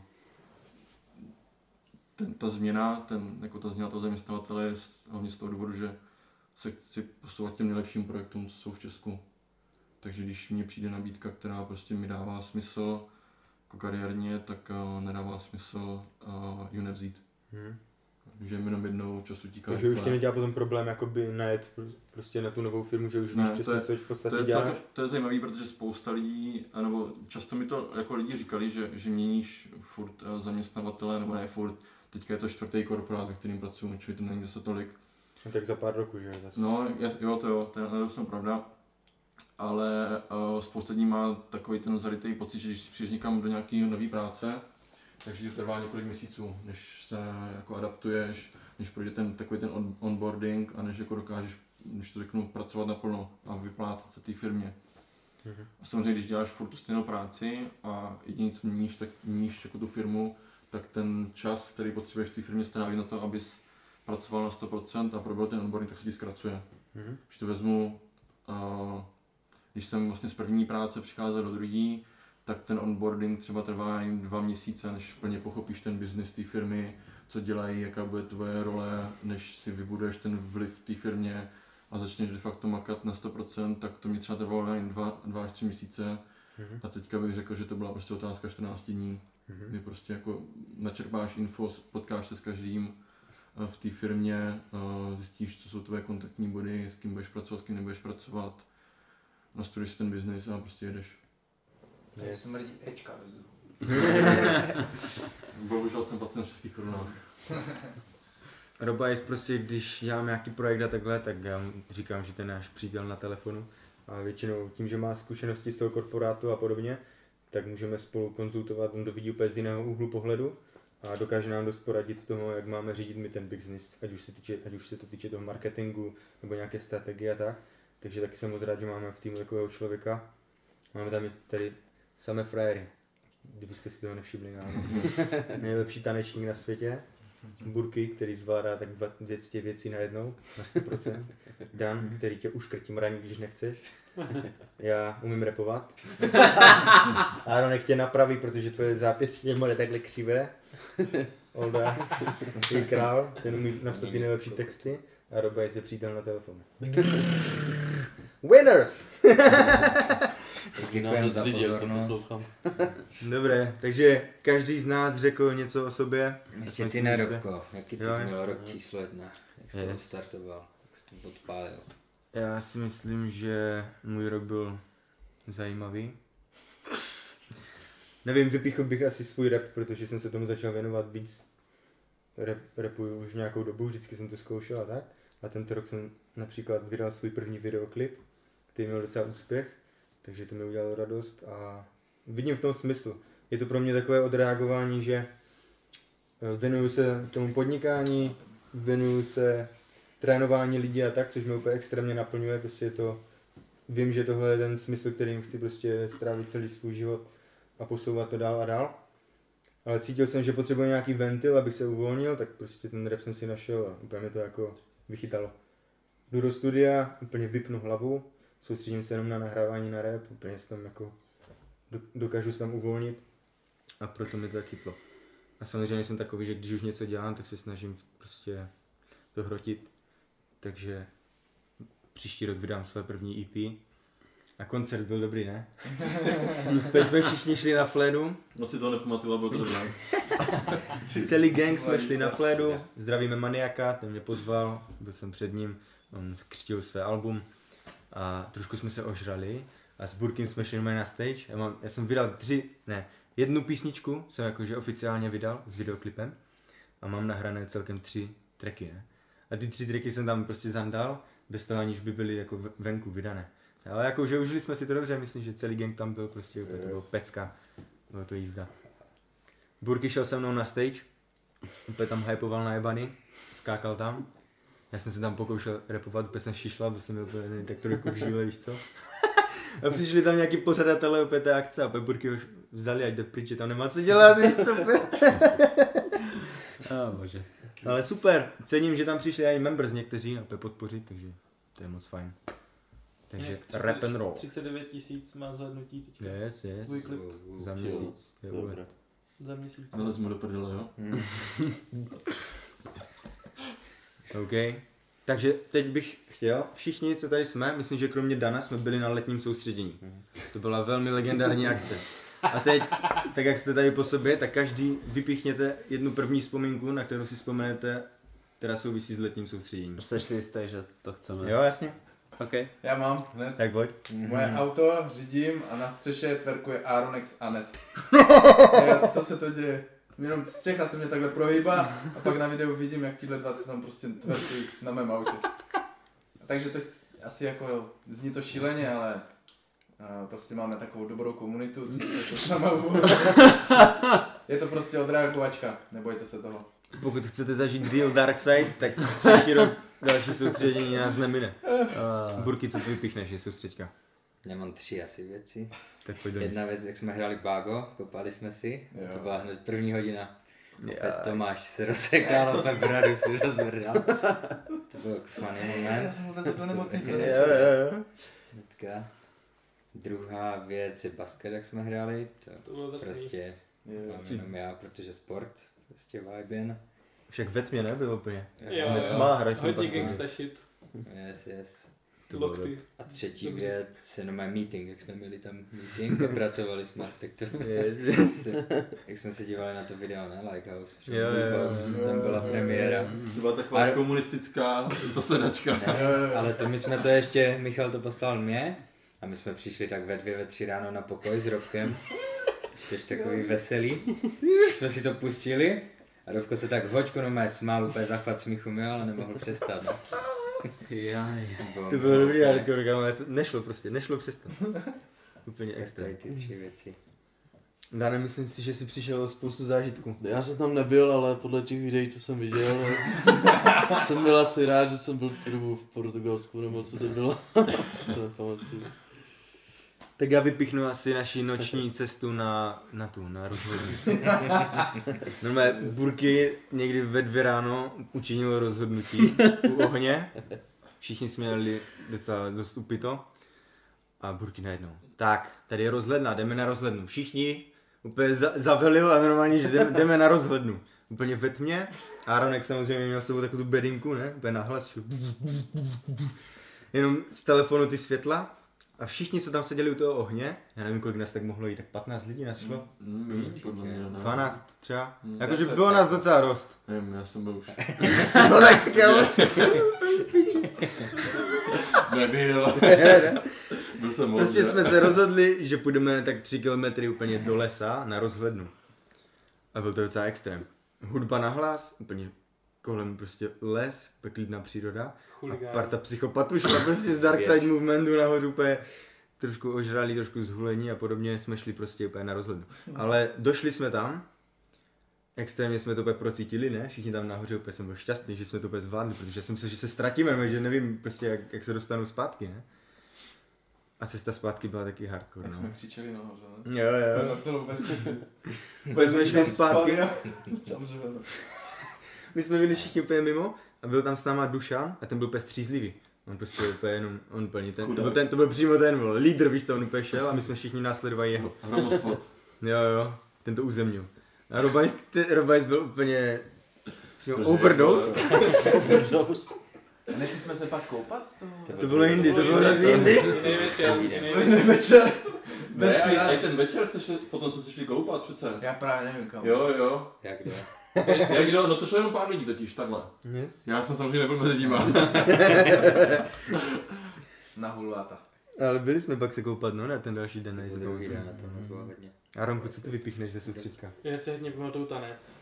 ten, ta změna, ten, jako ta změna toho zaměstnavatele je hlavně z toho důvodu, že se chci posouvat těm nejlepším projektům, co jsou v Česku. Takže když mně přijde nabídka, která prostě mi dává smysl jako kariérně, tak uh, nedává smysl uh, ji nevzít. Hmm. Že jenom jednou čas utíká. Takže už tě nedělá potom problém jakoby najet prostě na tu novou firmu, že už ne, víš přesně, co v podstatě to je, děláš? Celko, to je zajímavé, protože spousta lidí, nebo často mi to jako lidi říkali, že, že měníš furt zaměstnavatele, nebo ne furt, teďka je to čtvrtý korporát, ve kterým pracuji, čili to není zase tolik. No tak za pár roků, že zase. No jo, to jo, to je to pravda. Ale uh, spousta lidí má takový ten zarytý pocit, že když přijdeš někam do nějaké nové práce, takže ti trvá několik měsíců, než se jako adaptuješ, než projde ten takový ten on, onboarding a než jako dokážeš, když to řeknu, pracovat naplno a vyplácet se té firmě. Mm-hmm. A samozřejmě, když děláš furt tu stejnou práci a jediný, co měníš, tak měníš jako tu firmu, tak ten čas, který potřebuješ v té firmě strávit na to, abys pracoval na sto procent a proběhl ten onboarding, tak se ti zkracuje. Mm-hmm. Když to vezmu, uh, když jsem vlastně z první práce přicházel do druhé, tak ten onboarding třeba trvá jen dva měsíce, než plně pochopíš ten biznis té firmy, co dělají, jaká bude tvoje role, než si vybuduješ ten vliv v té firmě a začneš de facto makat na sto procent, tak to mě třeba trvalo jen dva, dva až tři měsíce. Mm-hmm. A teďka bych řekl, že to byla prostě otázka čtrnáct dní, mm-hmm. kdy prostě jako načerpáš info, potkáš se s každým v té firmě, zjistíš, co jsou tvoje kontaktní body, s kým budeš pracovat, s kým nebudeš pracovat, nastuduješ ten biznis a prostě jedeš. Tady smrdí Ečka ve vzduchu. Bohužel jsem pacient v českých korunách. Robajs prostě, když dělám nějaký projekt a takhle, tak já říkám, že ten je náš přítel na telefonu. A většinou tím, že má zkušenosti z toho korporátu a podobně, tak můžeme spolu konzultovat, on to vidí úplně z jiného úhlu pohledu a dokáže nám dost poradit v tom, jak máme řídit my ten business, ať už se, týče, ať už se to týče toho marketingu nebo nějaké strategie a tak. Takže taky jsem moc rád, že máme v týmu takového člověka. Máme tam tady samé frajery, kdybyste si toho nevšimli. Nejlepší tanečník na světě. Burky, který zvládá tak dvě stě věcí najednou, na sto procent. Dan, který tě uškrtí mraní, když nechceš. Já umím rapovat. Aaronek tě napraví, protože tvoje zápěstí je bude takhle křivé. Olda, je král, ten umí napsat ty nejlepší texty. A Roba je přítel na telefonu. Winners! Děkujeme za pozornost. Dobré, takže každý z nás řekl něco o sobě. Ještě ty ne, Robko, jaký ty jsi měl rok číslo jedna? Jak jsi to odstartoval? Jak jsi to odpálil? Já si myslím, že můj rok byl zajímavý. Nevím, vypíchl bych asi svůj rap, protože jsem se tomu začal věnovat víc. Rap, rapuju už nějakou dobu, vždycky jsem to zkoušel a tak. A tento rok jsem například vydal svůj první videoklip, který měl docela úspěch, takže to mi udělalo radost a vidím v tom smysl. Je to pro mě takové odreagování, že věnuju se tomu podnikání, věnuju se trénování lidí a tak, což mě úplně extrémně naplňuje, prostě je to, vím, že tohle je ten smysl, kterým chci prostě strávit celý svůj život a posouvat to dál a dál. Ale cítil jsem, že potřebuji nějaký ventil, abych se uvolnil, tak prostě ten rap jsem si našel a úplně mi to jako vychytalo. Jdu do studia, úplně vypnu hlavu, soustředím se jenom na nahrávání na rap, úplně se tam jako dokážu se tam uvolnit a proto mi to tak chytlo. A samozřejmě jsem takový, že když už něco dělám, tak se snažím prostě to hrotit, takže příští rok vydám své první E P a koncert byl dobrý, ne? Teď jsme všichni šli na Flédu. Moc si to nepamatuju, bylo to dobré. Celý gang jsme šli na Flédu, zdravíme Maniaka, ten mě pozval, byl jsem před ním, on skřtil své album a trošku jsme se ožrali a s Burkem jsme šli na stage. Já, mám, já jsem vydal tři, ne, jednu písničku jsem jakože oficiálně vydal s videoklipem a mám nahrané celkem tři tracky, ne? A ty tři tracky jsem tam prostě zandal, bez toho aniž by byly jako venku vydané. Ale jakože užili jsme si to dobře, myslím, že celý gang tam byl prostě, úplně to bylo pecka, bylo to jízda. Burky šel se mnou na stage, úplně tam hypoval na jebany, skákal tam Já jsem se tam pokoušel rapovat, úplně jsem šišlal, protože jsem byl úplně tak trochu v žíle, víš co? A přišli tam nějaký pořadatelé opět té akce a opět Burky ho vzali, ať jde pryč, že tam nemá co dělat, víš co? Oh, bože. Ale super, cením, že tam přišli i members někteří a opět podpořit, takže to je moc fajn. Takže rap and roll. třicet devět tisíc má zhlédnutí teďka. Yes, yes. Tvůj klip Za měsíc. To je Dobré. dobré. za měsíc. Ale jsme do prdele, jo? OK. Takže teď bych chtěl, všichni, co tady jsme, myslím, že kromě Dana jsme byli na letním soustředění. To byla velmi legendární akce. A teď, tak jak jste tady po sobě, tak každý vypíchněte jednu první vzpomínku, na kterou si vzpomenete, která souvisí s letním soustředěním. Jsi si jistý, že to chceme? Jo, jasně. OK. Já mám hned. Tak pojď. Moje auto řídím a na střeše tverkuje Aronex Anet. Já, co se to děje? Jenom střecha se mě takhle prohýbá a pak na videu vidím, jak tihle dva tam prostě tverkují na mém autě. Takže to asi jako, zní to šíleně, ale uh, prostě máme takovou dobrou komunitu, co to samou. Je to prostě odreagovačka, nebojte se toho. Pokud chcete zažít real dark side, tak příští rok další soustředění nás nemine. Burky, co ty vypíchneš, je soustředka? Já mám tři asi věci. Tak pojď do ní. Jedna věc, jak jsme hráli Bago, kopali jsme si, Jo. to byla hned první hodina. Jo. Opět Tomáš se rozsekal, jsem bradu si rozvrdal. To byl funny moment. Já jsem vůbec do nemocnice. Jo, jo, jo. Hnedka. Druhá věc je basket, jak jsme hráli. To, To bylo drsný. prostě mám jenom já, protože sport, prostě viben. Však ve tmě nebyl úplně. Jo, Hned jo. má, hraj jsme Hodně basket. gangsta shit. Yes, yes. To bylo Lokty. A třetí Dobře. věc, jenom mé meeting, jak jsme měli tam meeting a pracovali jsme, tak to Yes, yes. jak jsme se dívali na to video, ne? Lighthouse, Jo, jo, jo. House, tam byla premiéra. To byla taková Ale- komunistická zasedačka. Ne, ale to my jsme to ještě, Michal to poslal mě a my jsme přišli tak ve dvě, ve tři ráno na pokoj s Robkem. Ještě takový veselý. Jsme si to pustili a Robko se tak hoďko no mé smál, úplně zachvat smíchu měl, ale nemohl přestat. No. Jaj. To bylo dobrý hardcore, kámo, já jsem- nešlo prostě, nešlo přestat. Úplně Tak extra. tady ty tři věci. Dáne, myslím si, že jsi přišel o spoustu zážitků. Já jsem tam nebyl, ale podle těch videí, co jsem viděl, jsem byl asi rád, že jsem byl v tu dobu v Portugalsku, nebo co to bylo. Si to nepamatuju. Tak já vypichnu asi naši noční cestu na, na tu, na rozhodnutí. Normálně Burky někdy ve dvě ráno učinilo rozhodnutí u ohně. Všichni jsme měli docela dost upito. A Burky najednou. Tak, tady je rozhledna, jdeme na rozhlednu. Všichni úplně za, zavelil a normálně, že jdeme, jdeme na rozhlednu. Úplně ve tmě. Áronek samozřejmě měl s sebou takovou tu bedinku, ne? Úplně nahlas. Jenom z telefonu ty světla. A všichni, co tam seděli u toho ohně, já nevím, kolik nás tak mohlo jít, tak patnáct lidí nás šlo. Mm, podle mě, ne. dvanáct třeba. Mm, Jakože deset, bylo nás tak. docela dost. Nevím, já jsem byl už. No tak tak jo. Nebyl. Byl jsem moc, Prostě že? jsme se rozhodli, že půjdeme tak tři kilometry úplně do lesa na rozhlednu. A byl to docela extrém. Hudba nahlas, úplně kolem prostě les, úplně klidná příroda. A Chuligán. parta psychopatů šla prostě z Dark Side Movementu nahoru úplně trošku ožralí, trošku zhulení a podobně jsme šli prostě úplně na rozhlednu. Ale došli jsme tam, extrémně jsme to úplně procítili, ne? Všichni tam nahoře úplně jsem byl šťastný, že jsme to úplně zvládli, protože jsem se, že se ztratíme, že nevím prostě jak, jak se dostanu zpátky, ne? A cesta zpátky byla taky hardcore, Jak no. jsme křičeli nahoře, ne? Jo, jo. Na celou vesnici. Úplně jsme šli zpátky, Tam živeno. my jsme byli všichni úplně mimo a byl tam s náma Dušan a ten byl úplně střízlivý. On prostě úplně jenom, on plní ten, to byl, ten, to byl přímo ten, byl lídr, víš to, on úplně šel a my jsme všichni následovali jeho. Hromosvod. Jo, jo, ten to uzemnil. A Robajs, ty- Robajs byl úplně přímo Cože? overdosed. Overdose. A nešli jsme se pak koupat z toho? To bylo jindy, to bylo zase jindy. Jiný večer, jiný První večer. Ne, Ve tři a, a i ráno. ten večer jste šli, potom jste se šli koupat přece. Já právě nevím kam. Jo, jo. Jak jde? Jak kdo, no to šlo jenom pár lidí totiž, takhle. Yes. Já jsem samozřejmě nebyl mezi nima. Na hulváta. Ale byli jsme pak se koupat, no, na ten další den. To než byl se druhý pamatuju. den, na to moc bylo hodně. A Romku, co ty vypíchneš ze soustředka? Já si hodně pamatuju tanec.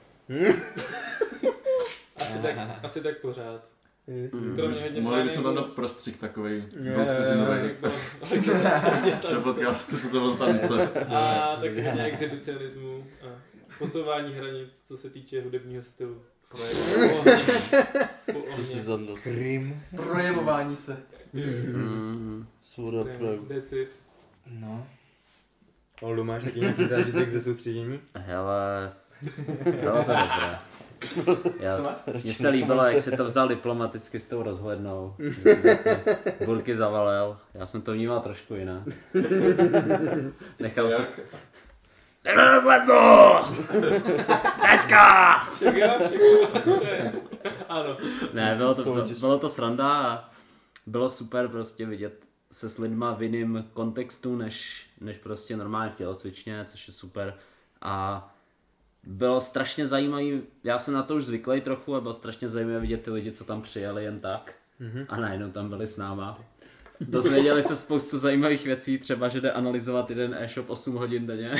Asi tak, asi tak pořád. Yes. Kromě hodně Mohli bychom tam tréninku. dát prostřih takový Jo, dvouvteřinový Jak bylo hodně hodně do tance. podcastu, co to bylo tance. A taky hodně exhibicionismu a posouvání hranic, co se týče hudebního stylu. To si zadnou. Krim. Projevování se. Mm. Svoda projev. Decid. No. Oldu, máš taky nějaký zážitek ze soustředění? Hele, bylo to dobré. Já, mně se líbilo, jak si to vzal diplomaticky s tou rozhlednou. Burky zavalil, já jsem to vnímal trošku jinak. Nechal se... Jdeme na rozhlednu! Teďka! Všechno, všechno. Ano. Ne, bylo to, bylo, bylo to sranda a bylo super prostě vidět se s lidma v jiném kontextu, než, než prostě normálně v tělocvičně, což je super. A bylo strašně zajímavý, já jsem na to už zvyklý trochu a bylo strašně zajímavé vidět ty lidi, co tam přijeli jen tak. Mm-hmm. A najednou tam byli s náma. Dozvěděli se spoustu zajímavých věcí, třeba že jde analyzovat jeden e-shop osm hodin denně.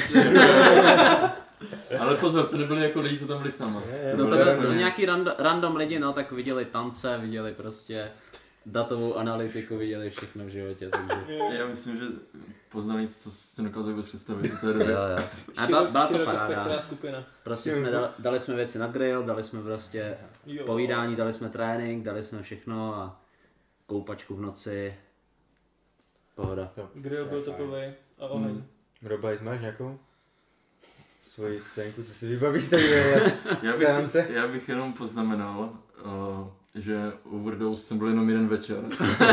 Ale pozor, to nebyli jako lidi, co tam byli s náma. No to byly byl nějaký random, random lidi, no tak viděli tance, viděli prostě datovou analytiku, viděli všechno v životě, takže... Já myslím, že poznali něco, co si dokázali vůbec představit. To je dobré. Jo, jo. A byla, byla to paráda. Skupina. Prostě jsme dali, dali jsme věci na grill, dali jsme prostě Jo. povídání, dali jsme trénink, dali jsme všechno a koupačku v noci. Pohoda. Grill byl topový a oheň. Hmm. Robajs, máš nějakou svoji scénku, co si vybavíš tady vole Já bych, seance? já bych jenom poznamenal, uh, že Overdose jsem byl jenom jeden večer.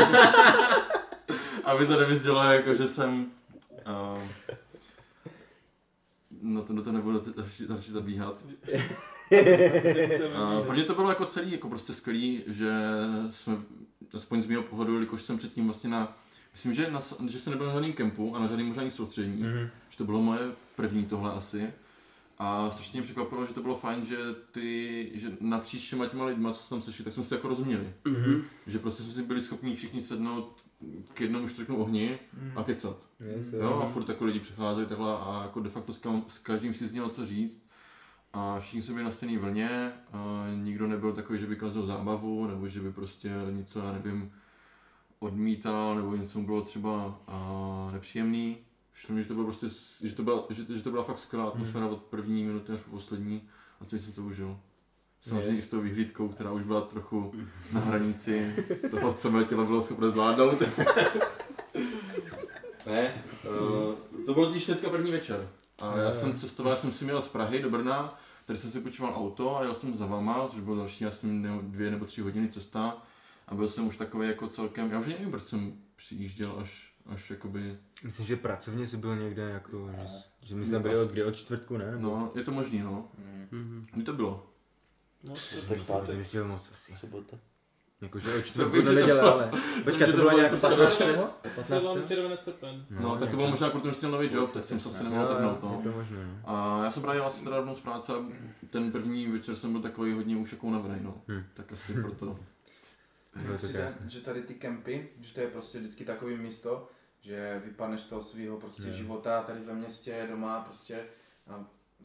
Aby to nevizdělo jako, že jsem... Uh, no to, no to nebudu další, další zabíhat. Uh, pro mě to bylo jako celý jako prostě skvělý, že jsme, aspoň z mého pohledu, jelikož jsem předtím vlastně na... Myslím, že, na, že jsem nebyl na žádném kempu a na žádném možná soustředění, mm-hmm. že to bylo moje první tohle asi. A strašně mě překvapilo, že to bylo fajn, že ty, že napříč všema těma lidma, co se tam sešli, tak jsme si jako rozuměli. Mm-hmm. Že prostě jsme si byli schopni všichni sednout k jednomu čtvrtnému ohni a kecat. Yes, Jo, a furt jako lidi přicházejí takhle a jako de facto s každým si znělo co říct. A všichni jsme byli na stejné vlně, a nikdo nebyl takový, že by kazil zábavu, nebo že by prostě něco, já nevím, odmítal, nebo něco bylo třeba a, nepříjemný. Šlo mi, že to bylo prostě, že to byla, že, že to byla fakt skvělá atmosféra od první minuty až po poslední a celý jsem to užil. Samozřejmě yes. S tou vyhlídkou, která už byla trochu na hranici toho, co mé tělo bylo schopné zvládnout. Ne, uh, to bylo totiž hnedka první večer. A já jsem cestoval, já jsem si měl z Prahy do Brna, tady jsem si půjčoval auto a jel jsem za vama, což bylo další asi dvě nebo tři hodiny cesta. A byl jsem už takový jako celkem, já už nevím, proč jsem přijížděl až, až jakoby... Myslím, že pracovně jsi byl někde jako, že, že my jsme byli od, kdy, od čtvrtku, ne? No, je to možný, no. Mm-hmm. Kdy to bylo? No, Tak pátek. To bys chtěl moc asi. Sobota. Jakože od čtvrtku do neděle, ale... Počkat, to bylo nějak patnáctého? patnáctého červenec srpen. No, tak to bylo možná, protože jsem měl nový job, tak jsem se asi nemohl trhnout, no. Je to možné, no. A já jsem právě asi teda rovnou z práce a ten první večer jsem byl takový hodně už jako unavený, no. Hm. Tak asi proto. Bylo to Přijde, krásné. že tady ty kempy, že to je prostě vždycky takový místo, že vypadneš z toho svého prostě Ne. života tady ve městě, doma prostě a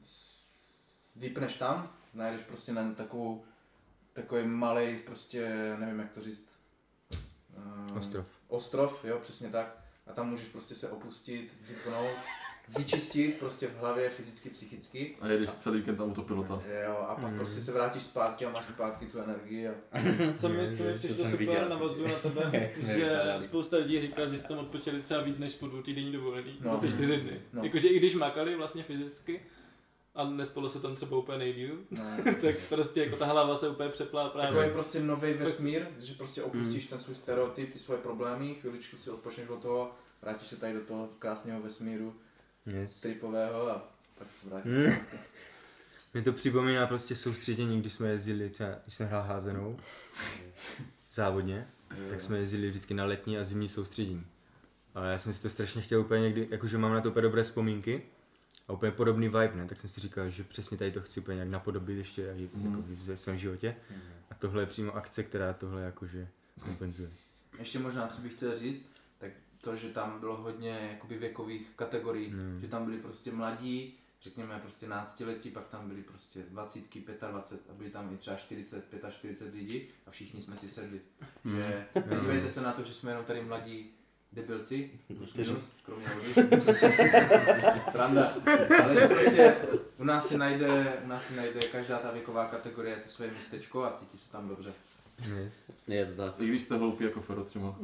vypneš tam, najdeš prostě na takovou, takový malý prostě, nevím jak to říct. Um, Ostrov. Ostrov, jo, přesně tak. A tam můžeš prostě se opustit, vypnout, vyčistit prostě v hlavě fyzicky, psychicky. A jedeš celý víkend autopilota. Jo, a pak Mm. prostě se vrátíš zpátky a máš zpátky tu energii. A... Co mi, co mi přišlo jsem super, viděl. navazuju na tebe, Jak jsme že vypadali. spousta lidí říkal, že si tam odpočali třeba víc než po dvoutýdenní dovolený No. za ty čtyři dny. No. Jakože i když makali vlastně fyzicky a nespalo se tam třeba úplně nejdýl, No. tak prostě jako ta hlava se úplně přeplá Takový právě. prostě nový vesmír, že prostě opustíš ten svůj stereotyp, ty svoje problémy, chviličku si odpočneš od toho, vrátíš se tady do toho krásného vesmíru, Yes. tripového a pak se vrátíš. Hmm. Mě to připomíná prostě soustředění, když jsme jezdili, třeba, když jsem hrál házenou, závodně, tak jsme jezdili vždycky na letní a zimní soustředění. A já jsem si to strašně chtěl úplně někdy, jakože mám na to úplně dobré vzpomínky a úplně podobný vibe, ne? Tak jsem si říkal, že přesně tady to chci úplně nějak napodobit ještě jako ve svém životě. A tohle je přímo akce, která tohle jakože kompenzuje. Ještě možná, co bych chtěl říct, tak to, že tam bylo hodně jakoby věkových kategorií, Hmm. že tam byli prostě mladí, řekněme prostě náctiletí, pak tam byli prostě dvacítky, dvacet pět a byli tam i třeba čtyřicet, čtyřicet pět lidí a všichni jsme si sedli. Že nedívejte se na to, že jsme jenom tady mladí debilci, plus minus, kromě Olgy. Pranda. Ale že prostě U nás si najde, u nás si najde každá ta věková kategorie to svoje místečko a cítí se tam dobře. Yes. Je to tak. I když jste hloupý jako Fero třeba.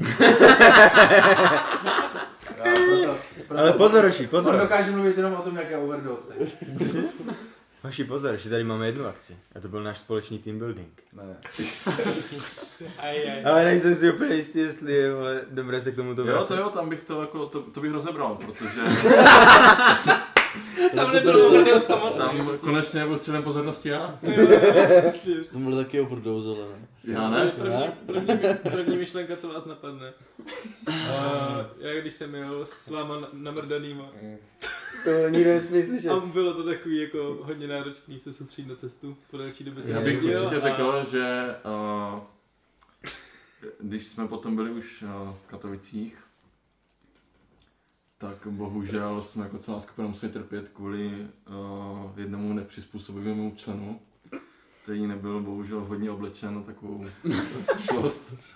Já, proto, proto, Ale pozor, Hoši, On pozor. dokáže mluvit jenom o tom, jak je overdose. Hoši, pozor, že tady máme jednu akci. A to byl náš společný team building. Ne. Aj, aj. Ale nejsem si úplně jistý, jestli je vole, dobré se k tomu to Jo, vracet. to jo, tam bych to jako, to, to bych rozebral, protože Tam nebyl overdose samotný. tam konečně byl středem pozornosti já. To byl taky overdose, ale ne. Já ne? První, první, první myšlenka, co vás napadne. Uh, já když jsem jel s váma na- namrdanýma. To nikdo nesmí slyšet. A bylo to takový jako hodně náročný se soustředit na cestu. Po další době jsem Já bych seděl určitě a- řekl, že uh, když jsme potom byli už uh, v Katovicích, tak bohužel jsme jako celá skupina museli trpět kvůli uh, jednomu nepřizpůsobivému členu, který nebyl bohužel hodně oblečen na takovou šlost.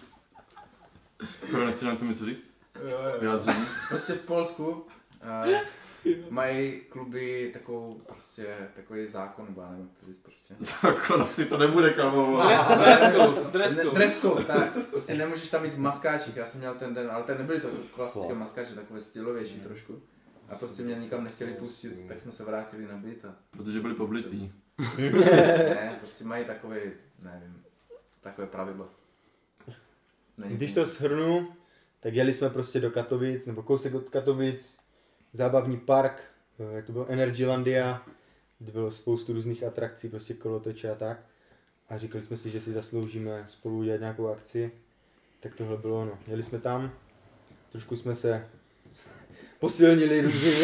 Pro nechci nám to něco říct? Vyjádření? Prostě v Polsku uh, mají kluby takovou prostě takový zákon, nebo já nevím, jak to říct prostě. Zákon asi to nebude, kámo. Dre- Dress code, dress Ne, code. dress code, tak. Prostě nemůžeš tam mít maskáčik, já jsem měl ten den, ale ten nebyly to klasické Wow. maskáče, takové stylovější trošku. A prostě mě nikam nechtěli pustit, tak jsme se vrátili na byt a... Protože byli poblitý. Ne, prostě mají takové, nevím, takové pravidlo. Není Když to shrnu, tak jeli jsme prostě do Katovic, nebo kousek od Katovic, zábavní park, jak to bylo Energylandia, kde bylo spoustu různých atrakcí, prostě kolotoče a tak. A říkali jsme si, že si zasloužíme spolu udělat nějakou akci. Tak tohle bylo ono. Jeli jsme tam, trošku jsme se posilnili různými,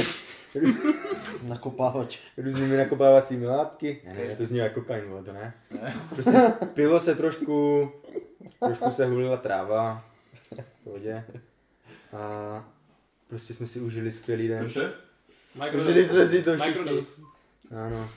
Nakopávač. různými nakopávacími látky. Ne, ne, to zní jako kokain, vole, to ne. Prostě pilo se trošku, trošku se hulila tráva, v pohodě. A prostě jsme si užili skvělý den. Cože? Užili jsme si to všichni. Microdose. Ano.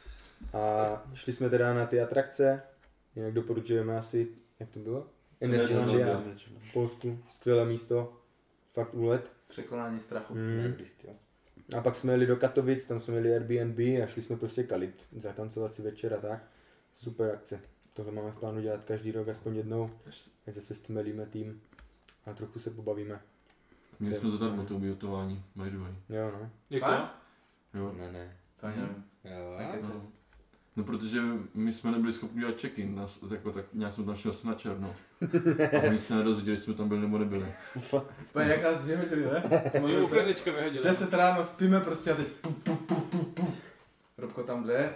A šli jsme teda na ty atrakce, jinak doporučujeme asi, jak to bylo? Energylandia v Polsku, skvělé místo, fakt úlet. Překonání strachu. Mm. A pak jsme jeli do Katovic, tam jsme měli Airbnb a šli jsme prostě kalit, zatancovat si večer a tak. Super akce. Tohle máme v plánu dělat každý rok aspoň jednou, ať zase stmelíme tým a trochu se pobavíme. Měli jsme zadarmo to ubytování, by the way. Jo no. Děkuji. Jo. Ne, ne. To ani nevím. Jo, Nekecem. No. no, protože my jsme nebyli schopni dělat check-in, nás, jako, tak nějak jsme tam šli asi na černo. A my se nedozvěděli, jestli jsme tam byli nebo nebyli. Úplně jak nás vyhodili, ne? Mě uklizečka vyhodila. deset ráno spíme prostě a teď pu, pu, pu, pu, pu. Robko tam jde.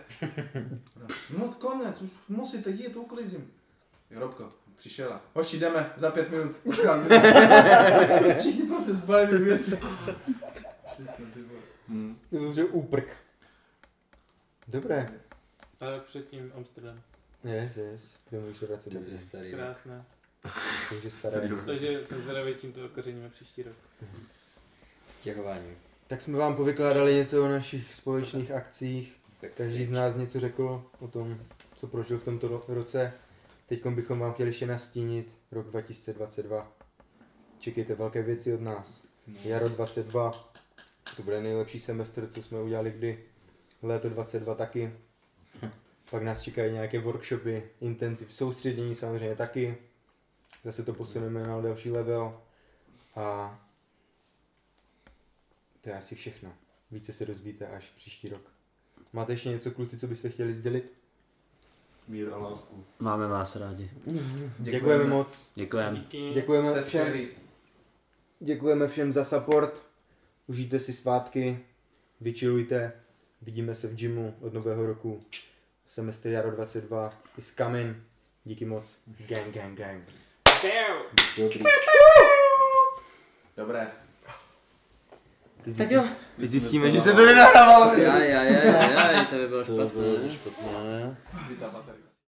No konec, už musíte jít, uklizím. Robko, přišel. Hoši, jdeme, za pět minut, odcházíme. Všichni prostě zbalili věci. Šli jsme, ty vole. Hmm. To byl že úprk. Dobré. A rok předtím Amsterdam. Yes, yes. Domů se vracet Dobře dobře. starý. Krásné. Takže staré. Takže jsem zvědavý, tím to okořeníme příští rok. Stěhování. Tak jsme vám povykládali něco o našich společných akcích. Každý z nás něco řekl o tom, co prožil v tomto ro- roce. Teď bychom vám chtěli ještě nastínit rok dva tisíce dvacet dva. Čekejte velké věci od nás. Jaro dvacet dva. To bude nejlepší semestr, co jsme udělali kdy. Léto dvacet dva taky. Pak nás čekají nějaké workshopy, intenziv, soustředění samozřejmě taky. Zase to posuneme na další level. A to je asi všechno. Více se dozvíte až příští rok. Máte ještě něco, kluci, co byste chtěli sdělit? Mír a lásku. Máme vás rádi. Děkujeme, Děkujeme moc. Děkujeme. Díky. Děkujeme Jste všem, skvělí. děkujeme všem za support. Užijte si svátky, vychillujte. Vidíme se v gymu od nového roku. Semestr Jaro dvacet dva is coming. Díky moc. Gang, gang, gang. Dobrý. Dobré. Teď zjistíme, teď zjistíme že se to nenahrávalo. Jaj, jaj, jaj, jaj, to by bylo To bylo špatné. špatné. Kdy ta baterka?